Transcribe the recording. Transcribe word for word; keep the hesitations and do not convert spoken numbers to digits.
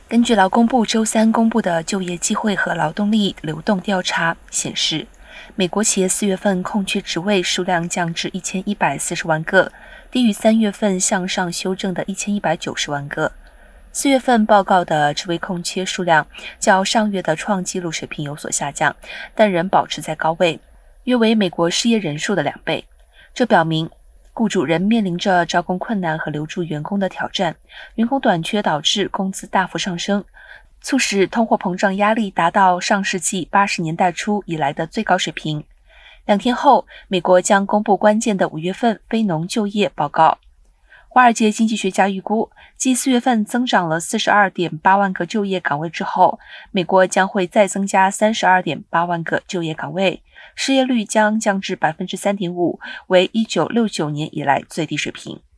根据劳工部周三公布的就业机会和劳动力流动调查显示，美国企业四月份空缺职位数量降至一千一百四十万个，低于三月份向上修正的一千一百九十万个。四月份报告的职位空缺数量较上月的创纪录水平有所下降，但仍保持在高位，约为美国失业人数的两倍。这表明雇主仍面临着招工困难和留住员工的挑战，员工短缺导致工资大幅上升，促使通货膨胀压力达到上世纪八十年代初以来的最高水平。两天后，美国将公布关键的五月份非农就业报告。华尔街经济学家预估，继四月份增长了 四十二点八万个就业岗位之后，美国将会再增加 三十二点八万个就业岗位，失业率将降至 百分之三点五， 为一九六九年以来最低水平。